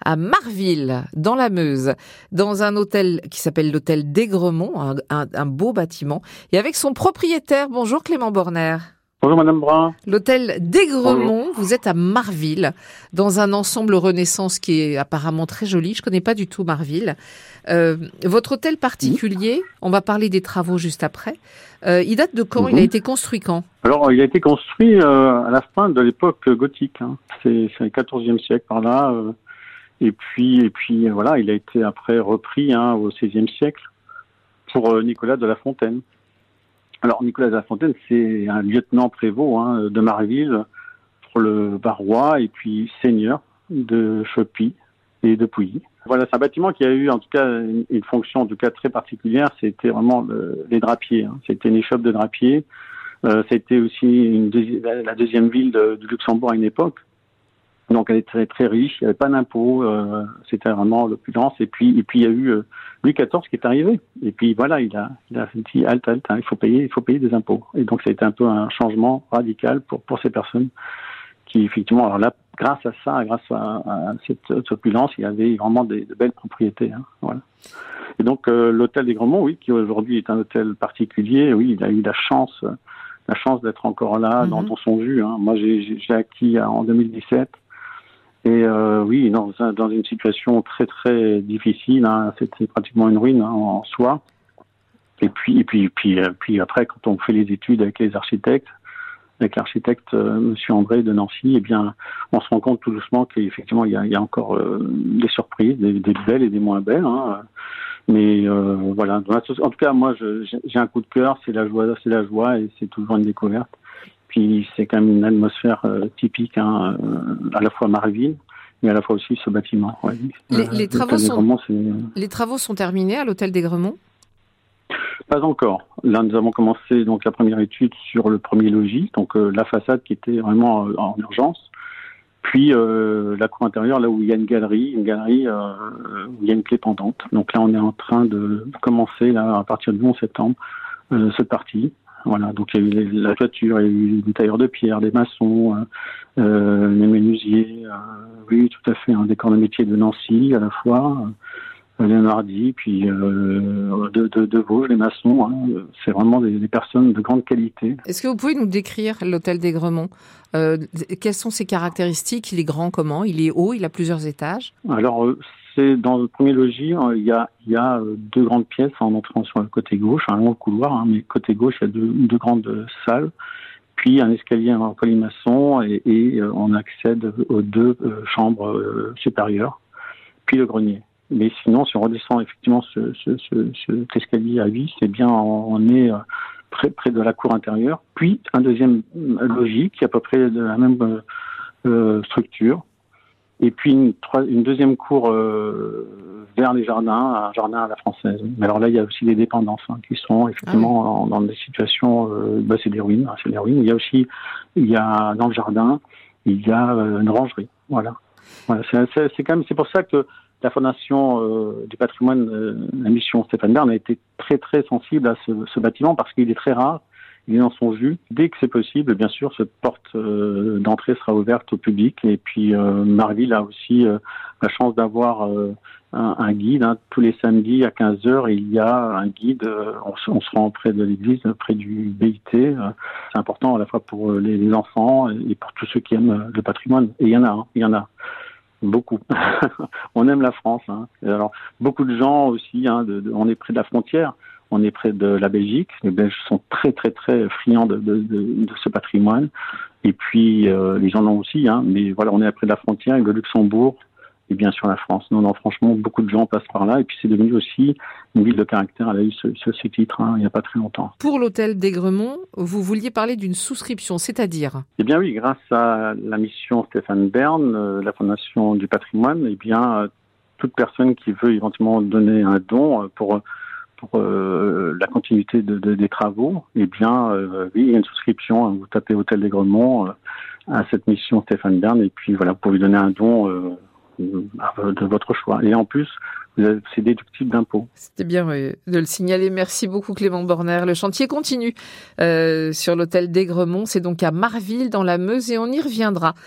à Marville, dans la Meuse, dans un hôtel qui s'appelle l'hôtel d'Aigremont, un beau bâtiment, et avec son propriétaire. Bonjour Clément Borner. Bonjour Madame Brun. L'hôtel d'Aigremont, vous êtes à Marville, dans un ensemble Renaissance qui est apparemment très joli. Je connais pas du tout Marville. Votre hôtel particulier, on va parler des travaux juste après. Il date de quand? Il a été construit quand? Alors, il a été construit à la fin de l'époque gothique. C'est le XIVe siècle par là. Et puis voilà, il a été après repris au XVIe siècle pour Nicolas de La Fontaine. Alors, Nicolas de La Fontaine, c'est un lieutenant prévôt de Marville pour le Barrois et puis seigneur de Chopy et de Pouilly. Voilà, c'est un bâtiment qui a eu en tout cas une fonction en tout cas très particulière. C'était vraiment les drapiers. C'était une échoppe de drapiers. C'était aussi la deuxième ville du Luxembourg à une époque. Donc elle était très très riche. Il n'y avait pas d'impôts. C'était vraiment l'opulence. Et puis il y a eu Louis XIV qui est arrivé. Et puis voilà, il a dit halte, il faut payer des impôts. Et donc ça a été un peu un changement radical pour ces personnes qui effectivement, alors là, grâce à ça, grâce à cette opulence, il y avait vraiment de belles propriétés. Voilà. Et donc l'hôtel d'Aigremont, oui, qui aujourd'hui est un hôtel particulier, oui, il a eu la chance d'être encore là dans son jus. Moi, j'ai acquis en 2017. Et oui, dans une situation très très difficile. C'était pratiquement une ruine en soi. Et puis après, quand on fait les études avec l'architecte Monsieur André de Nancy, eh bien, on se rend compte tout doucement qu'effectivement il y a encore des surprises, des belles et des moins belles. Mais voilà. En tout cas, moi, j'ai un coup de cœur. C'est la joie et c'est toujours une découverte. Puis c'est quand même une atmosphère typique, à la fois Marville, mais à la fois aussi ce bâtiment. Ouais. Les travaux sont terminés à l'hôtel d'Aigremont? Pas encore. Là, nous avons commencé donc la première étude sur le premier logis, donc la façade qui était vraiment en urgence. Puis la cour intérieure, là où il y a une galerie où il y a une clé pendante. Donc là, on est en train de commencer là à partir du 11 septembre cette partie. Voilà, donc il y a eu la toiture, il y a eu des tailleurs de pierre, des maçons, les menuisiers, oui, tout à fait, un décor de métier de Nancy à la fois, Leonardi, puis de Vosges, les maçons, c'est vraiment des personnes de grande qualité. Est-ce que vous pouvez nous décrire l'hôtel d'Aigremont? Quelles sont ses caractéristiques? Il est grand comment? Il est haut? Il a plusieurs étages? Alors, c'est dans le premier logis, il y a deux grandes pièces en entrant sur le côté gauche, un long couloir, mais côté gauche, il y a deux grandes salles, puis un escalier en colimaçon et on accède aux deux chambres supérieures, puis le grenier. Mais sinon, si on redescend effectivement cet escalier à vis, eh bien, on est près de la cour intérieure, puis un deuxième logis qui est à peu près de la même structure. Et puis une deuxième cour vers les jardins, un jardin à la française. Mais alors là, il y a aussi des dépendances qui sont effectivement dans des situations, c'est des ruines. Il y a dans le jardin, il y a une rangerie. Voilà. C'est pour ça que la Fondation du patrimoine, la mission Stéphane Bern a été très très sensible à ce bâtiment parce qu'il est très rare. Il est dans son jus. Dès que c'est possible, bien sûr, cette porte d'entrée sera ouverte au public. Et puis Marville a aussi la chance d'avoir un guide. Tous les samedis à 15h, il y a un guide. On se rend près de l'église, près du BIT. C'est important à la fois pour les enfants et pour tous ceux qui aiment le patrimoine. Et il y en a. Beaucoup. On aime la France. Et alors, beaucoup de gens aussi. On est près de la frontière. On est près de la Belgique. Les Belges sont très, très, très friands de ce patrimoine. Et puis, ils en ont aussi. Mais voilà, on est près de la frontière avec le Luxembourg et bien sûr la France. Non, franchement, beaucoup de gens passent par là. Et puis, c'est devenu aussi une ville de caractère. Elle a eu ce titre il n'y a pas très longtemps. Pour l'hôtel d'Aigremont, vous vouliez parler d'une souscription, c'est-à-dire? Eh bien oui, grâce à la mission Stéphane Bern, la Fondation du patrimoine, eh bien, toute personne qui veut éventuellement donner un don pour la continuité des travaux, eh bien, oui, il y a une souscription. Vous tapez Hôtel d'Aigremont à cette mission Stéphane Bern, et puis voilà, vous pouvez donner un don de votre choix. Et en plus, c'est déductible d'impôts. C'était bien de le signaler. Merci beaucoup Clément Borner. Le chantier continue sur l'hôtel d'Aigremont. C'est donc à Marville dans la Meuse et on y reviendra.